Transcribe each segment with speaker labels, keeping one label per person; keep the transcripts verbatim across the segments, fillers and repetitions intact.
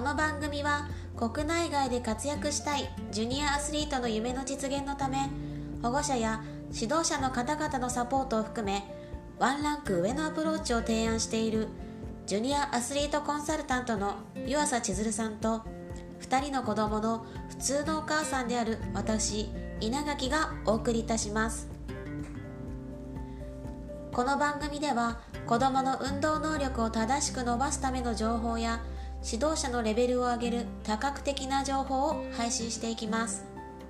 Speaker 1: の番組は国内外で活躍したいジュニアアスリートの夢の実現のため、保護者や指導者の方々のサポートを含めワンランク上のアプローチを提案しているジュニアアスリートコンサルタントの湯浅千鶴さんと、ふたりの子供の普通のお母さんである私稲垣がお送りいたします。この番組では子どもの運動能力を正しく伸ばすための情報や指導者のレベルを上げる多角的な情報を配信していきます。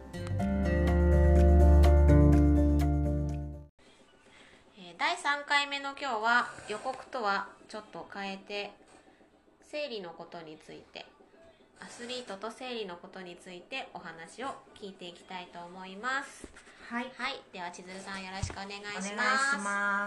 Speaker 1: だいさんかいめの今日は予告とはちょっと変えて生理のことについて、アスリートと生理のことについてお話を聞いていきたいと思います。
Speaker 2: はい、
Speaker 1: はい、では千鶴さんよろしくお願いします。
Speaker 2: お願いします。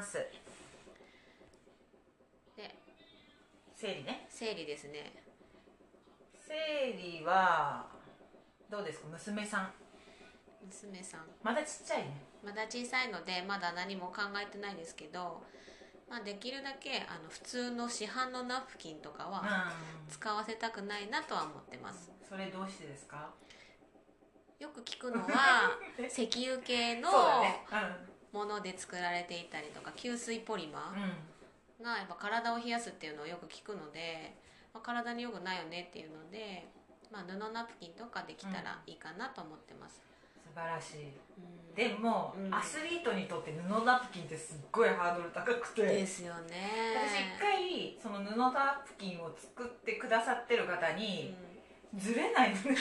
Speaker 1: で、
Speaker 2: 生理ね。
Speaker 1: 生理ですね。
Speaker 2: 生理はどうですか、娘さん。
Speaker 1: 娘さん
Speaker 2: まだちっちゃいね。
Speaker 1: まだ小さいのでまだ何も考えてないですけど、まあ、できるだけあの普通の市販のナプキンとかは使わせたくないなとは思ってます。
Speaker 2: それどうしてですか？
Speaker 1: よく聞くのは石油系のもので作られていたりとか、吸水ポリマーがやっぱ体を冷やすっていうのをよく聞くので、まあ、体に良くないよねっていうので、まあ、布ナプキンとかできたらいいかなと思ってます。
Speaker 2: 素晴らしい、
Speaker 1: うん、
Speaker 2: でも、うん、アスリートにとって布ナプキンってすっごいハードル高くて
Speaker 1: ですよね。
Speaker 2: 私一回その布ナプキンを作ってくださってる方に、うん、ずれない布ナプキン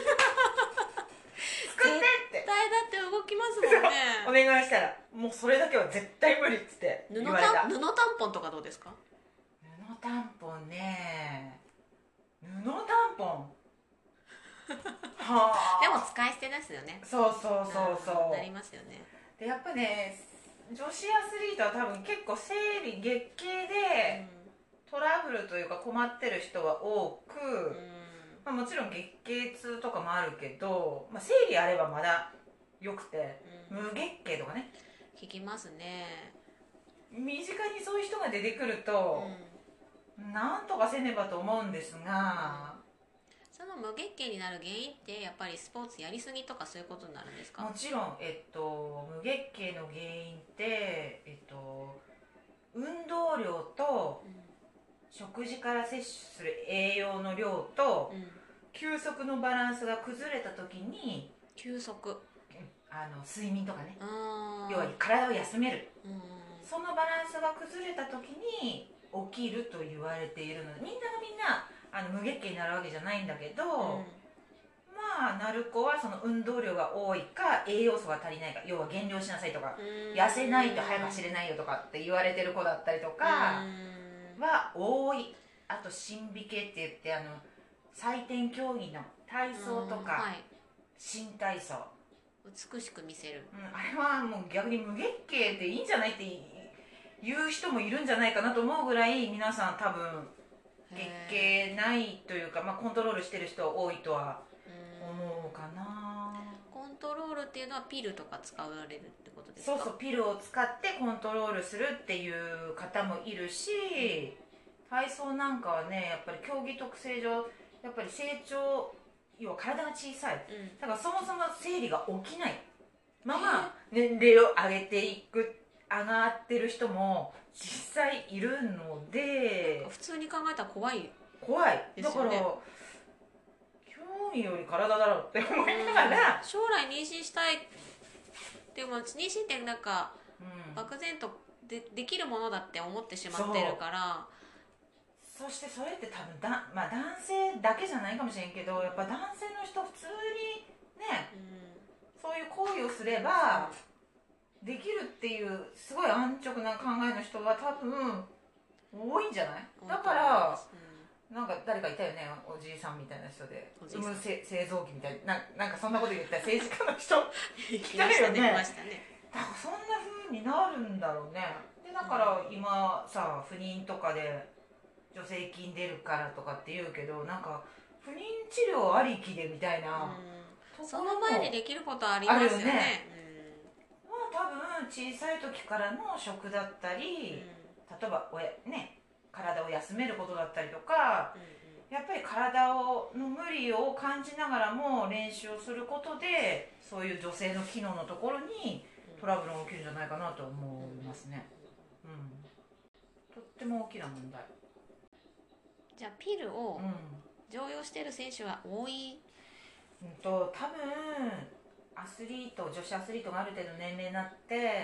Speaker 2: 作ってって
Speaker 1: 絶対だって動きますもんね
Speaker 2: お願いしたら、もうそれだけは絶対無理っつって言われた。
Speaker 1: 布タンポンとかどうですか？
Speaker 2: 布タンポンね、布タンポン
Speaker 1: はあ、でも使い捨てですよね。
Speaker 2: そうそうそうそう、
Speaker 1: なりますよね。で
Speaker 2: やっぱね、女子アスリートは多分結構生理月経でトラブルというか困ってる人は多く、うん、まあ、もちろん月経痛とかもあるけど、まあ、生理あればまだよくて、うん、無月経とかね
Speaker 1: 聞きますね。
Speaker 2: 身近にそういう人が出てくると、うん、なんとかせねばと思うんですが、
Speaker 1: その無月経になる原因ってやっぱりスポーツやりすぎとかそういうことになるんですか？
Speaker 2: もちろん、えっと、無月経の原因って、えっと、運動量と、うん、食事から摂取する栄養の量と、うん、休息のバランスが崩れた時に、
Speaker 1: 休息、
Speaker 2: あの睡眠とかね、要は体を休める、うん、そのバランスが崩れた時に起きると言われているので、みんながみんなあの無月経になるわけじゃないんだけど、うん、まあなる子はその運動量が多いか栄養素が足りないか、要は減量しなさいとか、痩せないと速く走れないよとかって言われてる子だったりとかは多い。あと心美系って言って、あの採点競技の体操とか、はい、新体操、
Speaker 1: 美しく見せる、
Speaker 2: うん、あれはもう逆に無月経でいいんじゃないって言う人もいるんじゃないかなと思うぐらい、皆さん多分月経ないというか、まあ、コントロールしてる人は多いとは思うかな。
Speaker 1: コントロールっていうのはピルとか使われるってことですか？
Speaker 2: そうそう、ピルを使ってコントロールするっていう方もいるし、体操なんかはね、やっぱり競技特性上やっぱり成長、要は体が小さい、うん、だからそもそも生理が起きないまま年齢を上げていく、上がってる人も実際いるので、
Speaker 1: 普通に考えたら怖い
Speaker 2: 怖いですよね。だから興味より体だろうって思いながら、
Speaker 1: 将来妊娠したいでも妊娠ってなんか、うん、漠然と で, できるものだって思ってしまってるから。
Speaker 2: そしてそれって多分だ、まあ、男性だけじゃないかもしれんけど、やっぱ男性の人普通にね、うん、そういう行為をすればできるっていうすごい安直な考えの人は多分多いんじゃない？だから、うん、なんか誰かいたよね、おじいさんみたいな人で、産む製造機みたいな、なんかそんなこと言ったら政治家の人いたよね。だからそんな風になるんだろうね。でだから今さ、不妊とかで助成金出るからとかって言うけど、なんか不妊治療ありきでみたいな、
Speaker 1: うん、その前にできることありますよね。よね、
Speaker 2: うん、まあ多分小さい時からの食だったり、うん、例えばおや、ね、体を休めることだったりとか、うんうん、 やっぱり体をの無理を感じながらも練習をすることでそういう女性の機能のところにトラブルが起きるんじゃないかなと思いますね、うん、とっても大きな問題。
Speaker 1: じゃあピルを
Speaker 2: うん
Speaker 1: 常用している選手は多い、
Speaker 2: うんと多分アスリート女子アスリートがある程度年齢になって、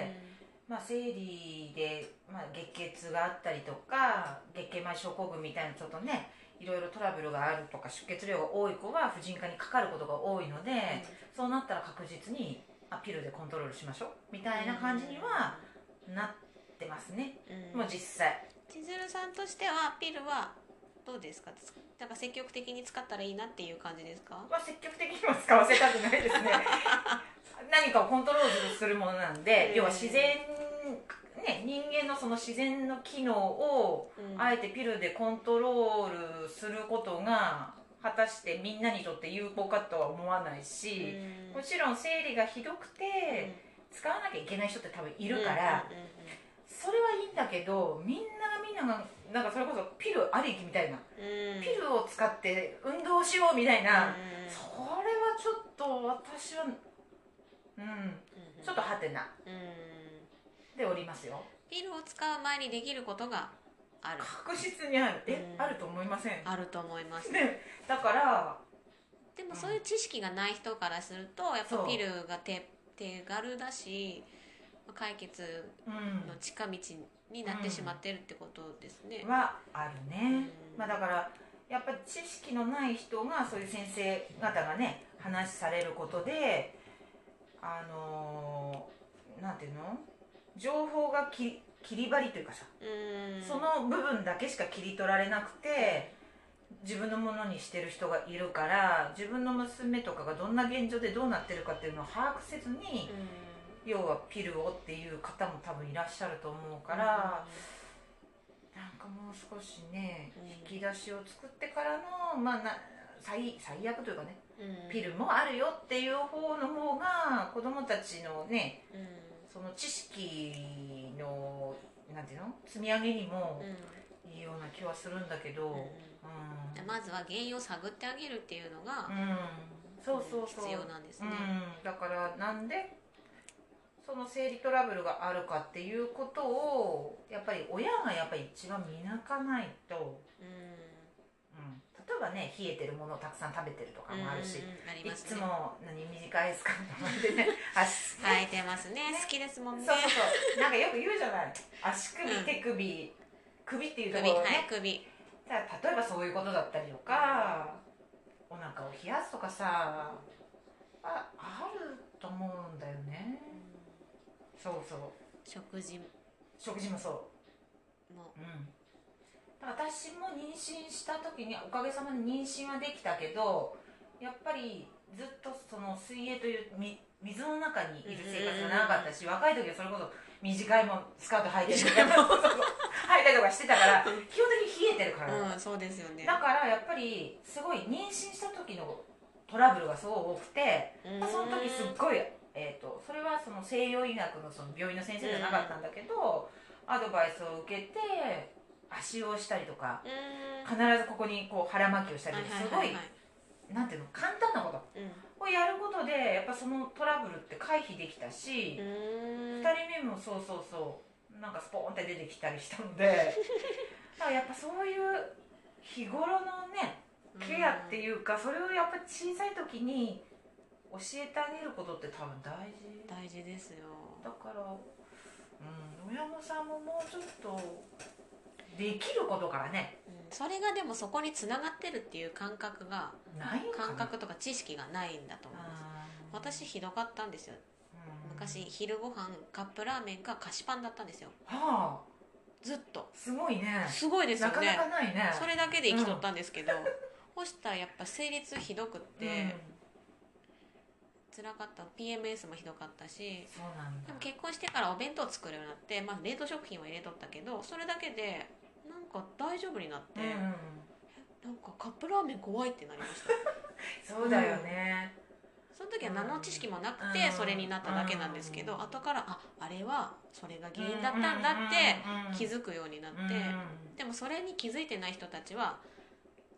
Speaker 2: うんまあ、生理で、まあ、月経があったりとか月経前症候群みたいなちょっとねいろいろトラブルがあるとか出血量が多い子は婦人科にかかることが多いので、うん、そうなったら確実にあピルでコントロールしましょうみたいな感じにはなってますね、うん、もう実際
Speaker 1: 千鶴さんとしてはピルはどうですか？なんか積極的に使ったらいいなっていう感じですか？
Speaker 2: まあ、積極的には使わせたくないですね何かをコントロールするものなんで、要は自然、ね、人間のその自然の機能をあえてピルでコントロールすることが果たしてみんなにとって有効かとは思わないし、もちろん生理がひどくて使わなきゃいけない人って多分いるから、それはいいんだけど、みんながみんながなんかそれこそピルありきみたいな、ピルを使って運動しようみたいな、それはちょっと私はうん、ちょっとハテナでおりますよ。
Speaker 1: ピルを使う前にできることがある。
Speaker 2: 確実にある。え、あると思いません？
Speaker 1: あると思います。
Speaker 2: ね、だから
Speaker 1: でもそういう知識がない人からするとやっぱピルが 手, 手軽だし解決の近道になってしまってるってことですね、
Speaker 2: うん、はあるね、うんまあ、だからやっぱり知識のない人がそういう先生方がね話されることであのー、なんていうの情報がき切り張りというかさ、うんその部分だけしか切り取られなくて自分のものにしてる人がいるから自分の娘とかがどんな現状でどうなってるかっていうのを把握せずに、うん、要はピルをっていう方も多分いらっしゃると思うから、うん、なんかもう少しね、うん、引き出しを作ってからの、まあ、な 最, 最悪というかね、うん、ピルもあるよっていう方の方が子どもたちのね、うん、その知識のなんていうの積み上げにもいいような気はするんだけど、うん
Speaker 1: うん、まずは原因を探ってあげるっていうのが、
Speaker 2: うん、そうそうそう
Speaker 1: 必要なんですね、
Speaker 2: うん、だからなんでその生理トラブルがあるかっていうことをやっぱり親がやっぱり一番見抜かないと、うんうん、例えばね冷えてるものをたくさん食べてるとかもあるし、うんうんありますね、いつも何短いスカート履いてね
Speaker 1: 足履いてますね、ね好きですもんね。
Speaker 2: そうそうそうなんかよく言うじゃない足首、うん、手首首っていうところね
Speaker 1: 首、はい、首
Speaker 2: 例えばそういうことだったりとか、お腹を冷やすとかさ あ, あると思うんだよね、うん、そうそう
Speaker 1: 食事
Speaker 2: 食事もそうもう、うん、私も妊娠した時におかげさまで妊娠はできたけどやっぱりずっとその水泳という水の中にいる生活が長かったし、うんうんうん、若い時はそれこそ短いもスカート履いてるとか履いたりとかしてたから基本的に冷えてるから、
Speaker 1: うん、そうですよね。
Speaker 2: だからやっぱりすごい妊娠した時のトラブルがすごい多くて、その時すっごい、えーと、それはその西洋医学 の, その病院の先生じゃなかったんだけど、アドバイスを受けて足をしたりとか、必ずここにこう腹巻きをしたりとか、すごい、なんていうの簡単なことをやることでやっぱそのトラブルって回避できたし、ふたりめもそうそうそうなんかスポーンって出てきたりしたのでだからやっぱそういう日頃のねケアっていうか、それをやっぱり小さい時に教えてあげることって多分大事
Speaker 1: 大事ですよ。
Speaker 2: だから、うん、親御さんももうちょっとできることからね、
Speaker 1: うん、それがでもそこにつながってるっていう感覚が
Speaker 2: ないんかな、
Speaker 1: 感覚とか知識がないんだと思います。私ひどかったんですよ、うん、昔昼ご飯カップラーメンか菓子パンだったんですよ、はあ、ずっと
Speaker 2: すごいね、
Speaker 1: すごいですよね、
Speaker 2: なかなかないね、
Speaker 1: それだけで生きとったんですけど、うん、そしたらやっぱ生理痛ひどくって、うん、辛かった。 ピーエムエス もひどかったし、
Speaker 2: そうなんだ。
Speaker 1: でも結婚してからお弁当作るようになって、まあ、冷凍食品は入れとったけどそれだけでなんか大丈夫になって、うん、なんかカップラーメン怖いってなりました
Speaker 2: そうだよね、
Speaker 1: うん、その時は何の知識もなくてそれになっただけなんですけど、うん、後からああれはそれが原因だったんだって気づくようになって、うん、でもそれに気づいてない人たちは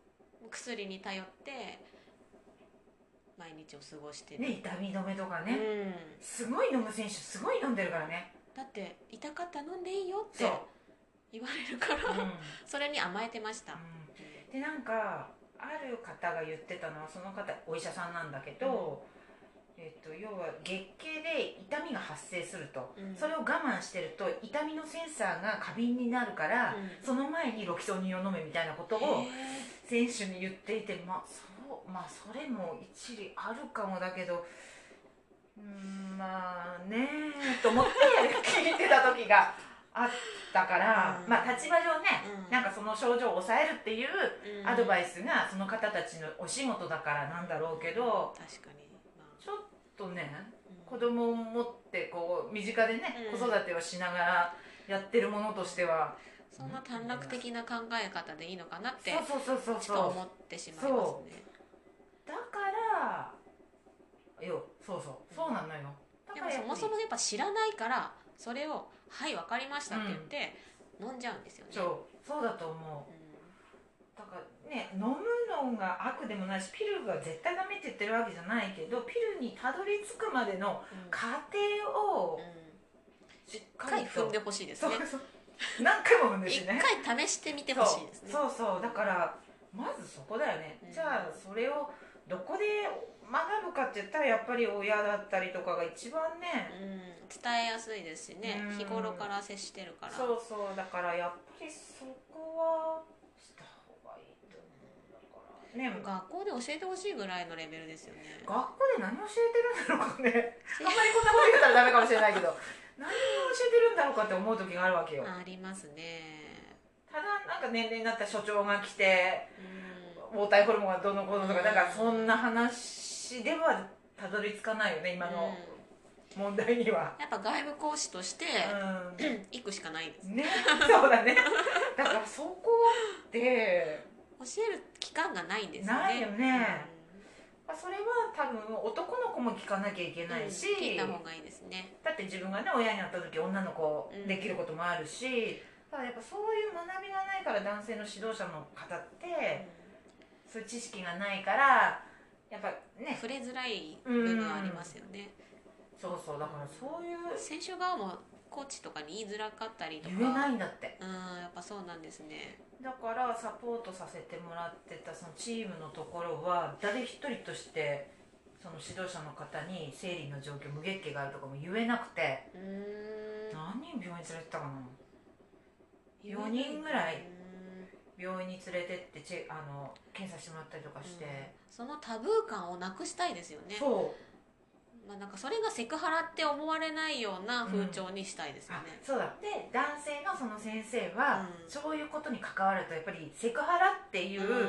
Speaker 1: 薬に頼って毎日を過ごしてる、
Speaker 2: ね、痛み止めとかね、
Speaker 1: うん、
Speaker 2: すごい飲む選手すごい飲んでるからね。
Speaker 1: だって痛かったら飲んでいいよって
Speaker 2: そう
Speaker 1: 言われるから、
Speaker 2: うん、
Speaker 1: それに甘えてました、
Speaker 2: うん、でなんかある方が言ってたのは、その方お医者さんなんだけど、うん、えっと、要は月経で痛みが発生すると、うん、それを我慢してると痛みのセンサーが過敏になるから、うん、その前にロキソニンを飲めみたいなことを選手に言っていて、まあそう、まあ、それも一理あるかもだけど、うーん、まあねーと思って聞いてた時があったから、うん、まあ立場上ね、うん、なんかその症状を抑えるっていうアドバイスがその方たちのお仕事だからなんだろうけど、
Speaker 1: 確かに、まあ、
Speaker 2: ちょっとね、うん、子供を持ってこう身近でね、うん、子育てをしながらやってるものとしては
Speaker 1: そんな短絡的な考え方でいいのかなって
Speaker 2: そうそうそうそう
Speaker 1: ちょっと思ってしまいますね。
Speaker 2: だからよ、そうそうそうなのよ。だから
Speaker 1: でもそもそもやっぱ知らないからそれを「はい分かりました」って言って飲んじゃうんですよね、
Speaker 2: うん、そうそうだと思う、うん、だからね、飲むのが悪でもないしピルが絶対ダメって言ってるわけじゃないけど、ピルにたどり着くまでの過程をしっかりと、
Speaker 1: うんうん、一回踏んでほしいですね。
Speaker 2: そうそう何回も踏んでしね、
Speaker 1: 一回試してみてほしいですね。
Speaker 2: そうそうそう、だからまずそこだよね、うん、じゃあそれをどこで学ぶかって言ったらやっぱり親だったりとかが一番ね、
Speaker 1: うん、伝えやすいですしね、うん、日頃から接してるから。
Speaker 2: そうそう、だからやっぱりそこはした方がいいと思うんだからね。
Speaker 1: 学校で教えてほしいぐらいのレベルですよね。
Speaker 2: 学校で何教えてるんだろうかねあんまりこんなこと言ったらダメかもしれないけど何を教えてるんだろうかって思う時があるわけよ。
Speaker 1: ありますね。
Speaker 2: ただなんか年齢になった所長が来て、うん、黄体ホルモンがどうのこうのとか、うん、なんかそんな話ではたどり着かないよね今の問題には、
Speaker 1: うん、やっぱ外部講師として、うん、行くしかないです
Speaker 2: ね。そうだねだからそこで
Speaker 1: 教える期間がないんですよね。
Speaker 2: ないよね、うん、それは多分男の子も聞かなきゃいけないし、
Speaker 1: うん、聞いた方がいいですね。
Speaker 2: だって自分がね親になった時女の子できることもあるし、うん、ただやっぱそういう学びがないから男性の指導者の方って、うん、そういう知識がないからやっぱね
Speaker 1: 触れづらい部分ありますよね、
Speaker 2: うん、そうそう、だからそういう
Speaker 1: 選手側もコーチとかに言いづらかったりとか
Speaker 2: 言えないんだって。
Speaker 1: うん、やっぱそうなんですね。
Speaker 2: だからサポートさせてもらってたそのチームのところは誰一人としてその指導者の方に生理の状況無月経があるとかも言えなくて、うーん、何人病院連れてったかな、よにんぐらい病院に連れてってチェあの検査してもらったりとかして、うん、
Speaker 1: そのタブー感をなくしたいですよね。
Speaker 2: そう、
Speaker 1: まあ、なんかそれがセクハラって思われないような風潮にしたいですよね、
Speaker 2: うん、そうだ。で男性のその先生は、うん、そういうことに関わるとやっぱりセクハラっていう、うん、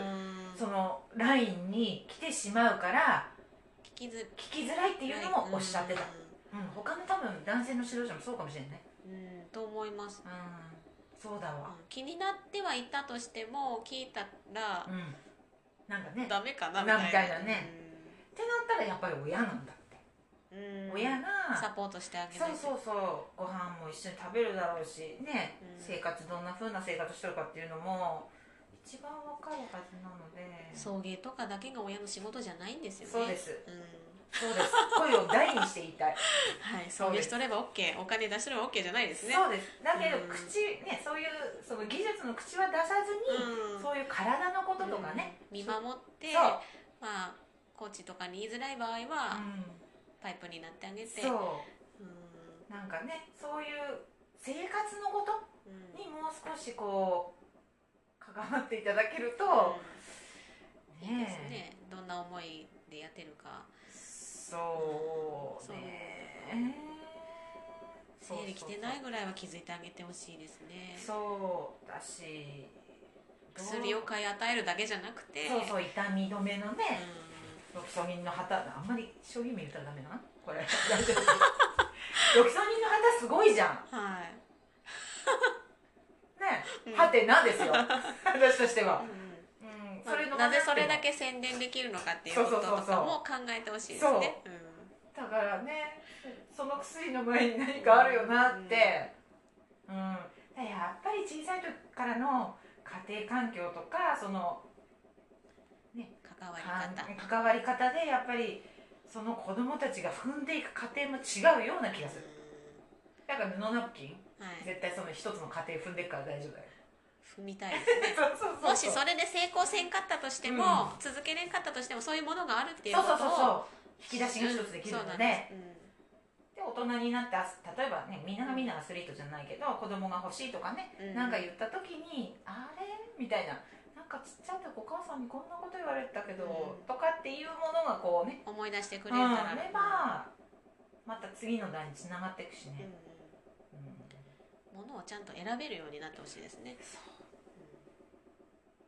Speaker 2: そのラインに来てしまうから
Speaker 1: 聞きづ、
Speaker 2: 聞きづらいっていうのもおっしゃってた、うんうん、他の多分男性の指導者もそうかもしれないね、
Speaker 1: うん、と思います、
Speaker 2: うん、そうだわ、
Speaker 1: うん、気になってはいたとしても聞いたら、うん、
Speaker 2: なんかね
Speaker 1: ダメかな
Speaker 2: みたいなね、うん、ってなったらやっぱり親なんだ、うん、親が
Speaker 1: サポートしてあげないと。
Speaker 2: そうそうそう、ご飯も一緒に食べるだろうしね、うん、生活どんな風な生活してるかっていうのも一番わかるはずなので、
Speaker 1: 送迎とかだけが親の仕事じゃないんですよね。
Speaker 2: そうです、うん、そうです、声を大にして言いたい
Speaker 1: はい、送迎しとれば OK、 お金出しとれば OK じゃないですね。
Speaker 2: そうです。だけど、うん、口ね、そういうその技術の口は出さずに、うん、そういう体のこととかね、
Speaker 1: うん、見守って、まあコーチとかに言いづらい場合は、うんパイプになってあげて、
Speaker 2: そう、うん、なんかね、そういう生活のことにもう少しこう関わっていただけると、
Speaker 1: うん、ね、いいですね。どんな思いでやってるか。
Speaker 2: そうね、
Speaker 1: 生理来てないぐらいは気づいてあげてほしいですね。
Speaker 2: そうだし、
Speaker 1: 薬を買い与えるだけじゃなくて、
Speaker 2: そうそう、痛み止めのね、うんロキソニンの旗、あんまり商品名言ったらダメなこれロキソニンの旗すごいじゃん、
Speaker 1: はい
Speaker 2: ね、うん、はてなですよ私としては、
Speaker 1: うんうん、それのなぜそれだけ宣伝できるのかっていうこととかも考えてほしいですね。
Speaker 2: だからね、その薬の前に何かあるよなって、うんうん、やっぱり小さい時からの家庭環境とかその
Speaker 1: 関わり方
Speaker 2: 関わり方でやっぱりその子供たちが踏んでいく過程も違うような気がする。だから布ナプキン、はい、絶対その一つの過程踏んでいくから大丈夫だよ。
Speaker 1: 踏みたいですねそうそうそうそう。もしそれで成功せんかったとしても、うん、続けれんかったとしてもそういうものがあるっていうことを
Speaker 2: そうそうそうそう引き出しが一つできるので、うん、で大人になって例えばねみんながみんなアスリートじゃないけど子供が欲しいとかね、うん、なんか言った時にあれみたいななんかちっちゃい時お母さんにこんなこと言われてたけど、うん、とかっていうものがこうね
Speaker 1: 思い出してくれたら、
Speaker 2: うん、ればまた次の代につながっていくしね、
Speaker 1: うんうん、ものをちゃんと選べるようになってほしいですね。そう、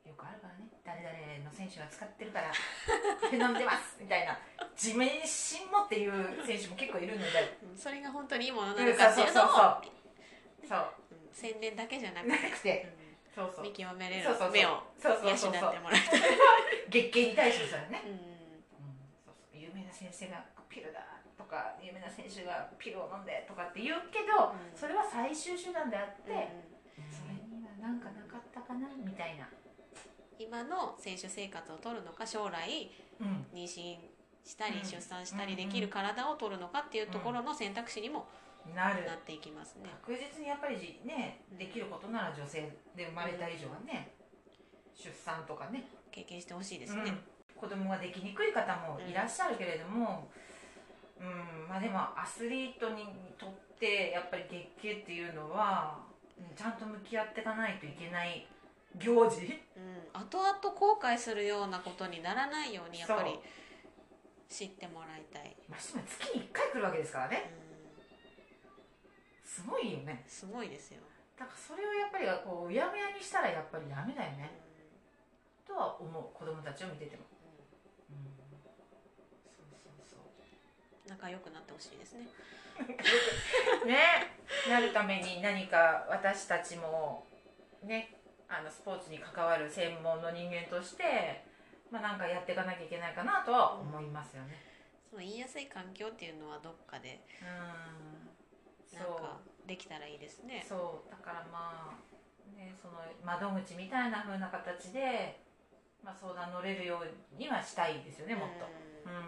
Speaker 2: よくあるからね誰々の選手が使ってるからこれ飲んでますみたいな自明心もっていう選手も結構いるので、
Speaker 1: うん、それが本当にいいものなのかっていうのを
Speaker 2: そう、
Speaker 1: うん、宣伝だけじゃなく
Speaker 2: て、
Speaker 1: うん、
Speaker 2: そうそう
Speaker 1: 見極めれる目を養ってもらって
Speaker 2: 月経に対してそれね、うんうん、そうそう有名な先生がピルだとか有名な選手がピルを飲んでとかって言うけど、うん、それは最終手段であって、うん、それには何かなかったかなみたいな
Speaker 1: 今の選手生活を取るのか将来、うん、妊娠したり出産したりできる体を取るのかっていうところの選択肢にもなっていきますね。
Speaker 2: 確実にやっぱりねできることなら女性で生まれた以上はね、うん、出産とかね
Speaker 1: 経験してほしいですね、
Speaker 2: うん、子供ができにくい方もいらっしゃるけれども、うん、うん、まあでもアスリートにとってやっぱり月経っていうのは、うん、ちゃんと向き合っていかないといけない行事、
Speaker 1: うん、後々後悔するようなことにならないようにやっぱり知ってもらいたい。
Speaker 2: ましても月にいっかい来るわけですからね、うん、すごいよね。
Speaker 1: すごいですよ。
Speaker 2: だからそれをやっぱりこううやむやにしたらやっぱりダメだよね、うん、とは思う子供たちを見てても、うんうん、そうそうそう
Speaker 1: 仲良くなってほしいですね
Speaker 2: ねなるために何か私たちもねあのスポーツに関わる専門の人間として、まあ、なんかやっていかなきゃいけないかなとは思いますよね、
Speaker 1: うん、その言いやすい環境っていうのはどっかでうんなんかできたらいいですね。
Speaker 2: そうだからまあ、ね、その窓口みたいな風な形で、まあ、相談乗れるようにはしたいですよねもっと。うん、うん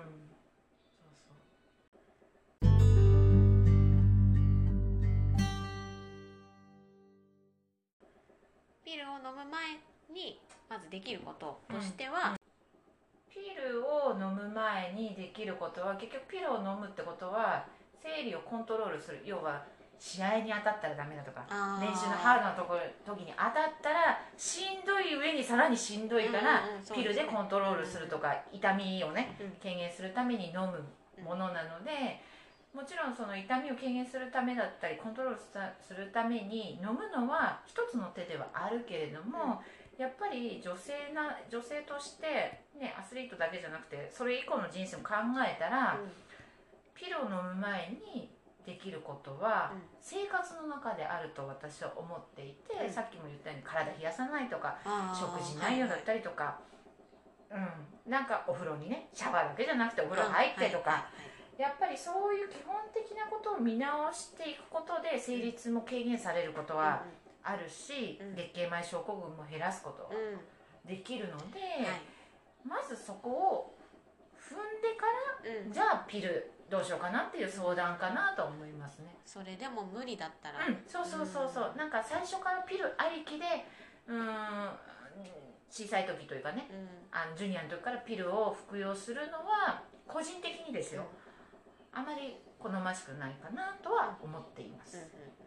Speaker 1: ピルを飲む前にまずできることとしては、うん、
Speaker 2: ピルを飲む前にできることは結局ピルを飲むってことは生理をコントロールする要は試合に当たったらダメだとか練習のハードなところ時に当たったらしんどい上にさらにしんどいからピルでコントロールするとか痛みをね軽減するために飲むものなのでもちろんその痛みを軽減するためだったりコントロールするために飲むのは一つの手ではあるけれども、うん、やっぱり女性な女性として、ね、アスリートだけじゃなくてそれ以降の人生も考えたら、うん、ピルを飲む前にできることは、うん、生活の中であると私は思っていて、うん、さっきも言ったように体冷やさないとか食事内容だったりとか、はいはいうん、なんかお風呂にねシャワーだけじゃなくてお風呂入ってとか。はいはいはいやっぱりそういう基本的なことを見直していくことで生理痛も軽減されることはあるし、うん、月経前症候群も減らすことができるので、うんはい、まずそこを踏んでから、うん、じゃあピルどうしようかなっていう相談かなと思いますね。
Speaker 1: それでも無理だったら、
Speaker 2: うん、そうそうそうそう、うん、なんか最初からピルありきでうーん小さい時というかね、うん、あのジュニアの時からピルを服用するのは個人的にですよ、うんあまり好ましくないかなとは思っています。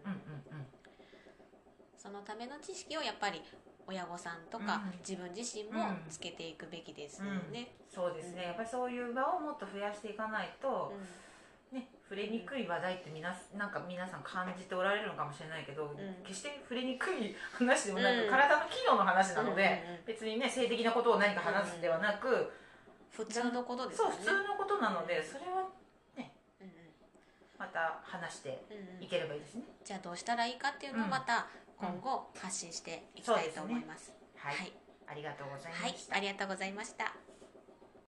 Speaker 1: そのための知識をやっぱり親御さんとか自分自身もつけていくべきですよね、うんうん、
Speaker 2: そうですね、やっぱりそういう場をもっと増やしていかないと、うんね、触れにくい話題ってみななんか皆さん感じておられるのかもしれないけど、うん、決して触れにくい話でもなく、うん、体の機能の話なので、うんうんうん、別にね性的なことを何か話すんではなく、うん、
Speaker 1: 普通のことですよね。
Speaker 2: そう普通のことなのでそれはまた話していければいいですね、うんうん、
Speaker 1: じゃあどうしたらいいかっていうのをまた今後発信していきたいと思います、
Speaker 2: うんうん、はい、はい、ありがとうございました。
Speaker 1: はい、ありがとうございました。